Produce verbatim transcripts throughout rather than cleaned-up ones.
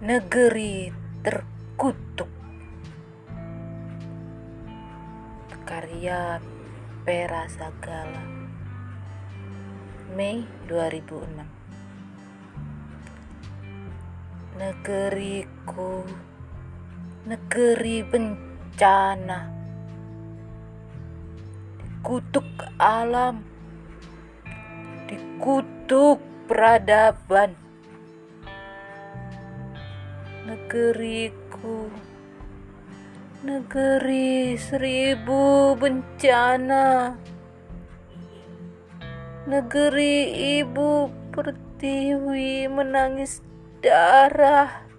Negeri Terkutuk, karya Pera Sagala, Mei dua ribu enam. Negeriku, negeri bencana, dikutuk alam, dikutuk peradaban. Negeriku, negeri seribu bencana, negeri ibu pertiwi menangis darah,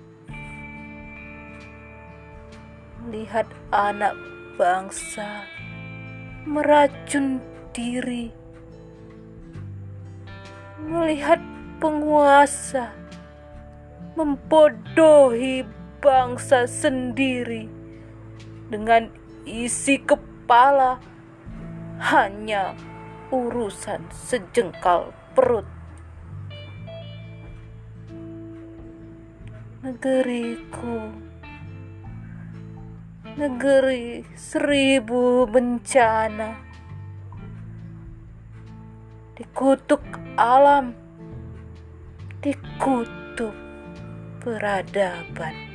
melihat anak bangsa meracun diri, melihat penguasa membodohi bangsa sendiri dengan isi kepala hanya urusan sejengkal perut. Negeriku, negeri seribu bencana, dikutuk alam, dikutuk peradaban.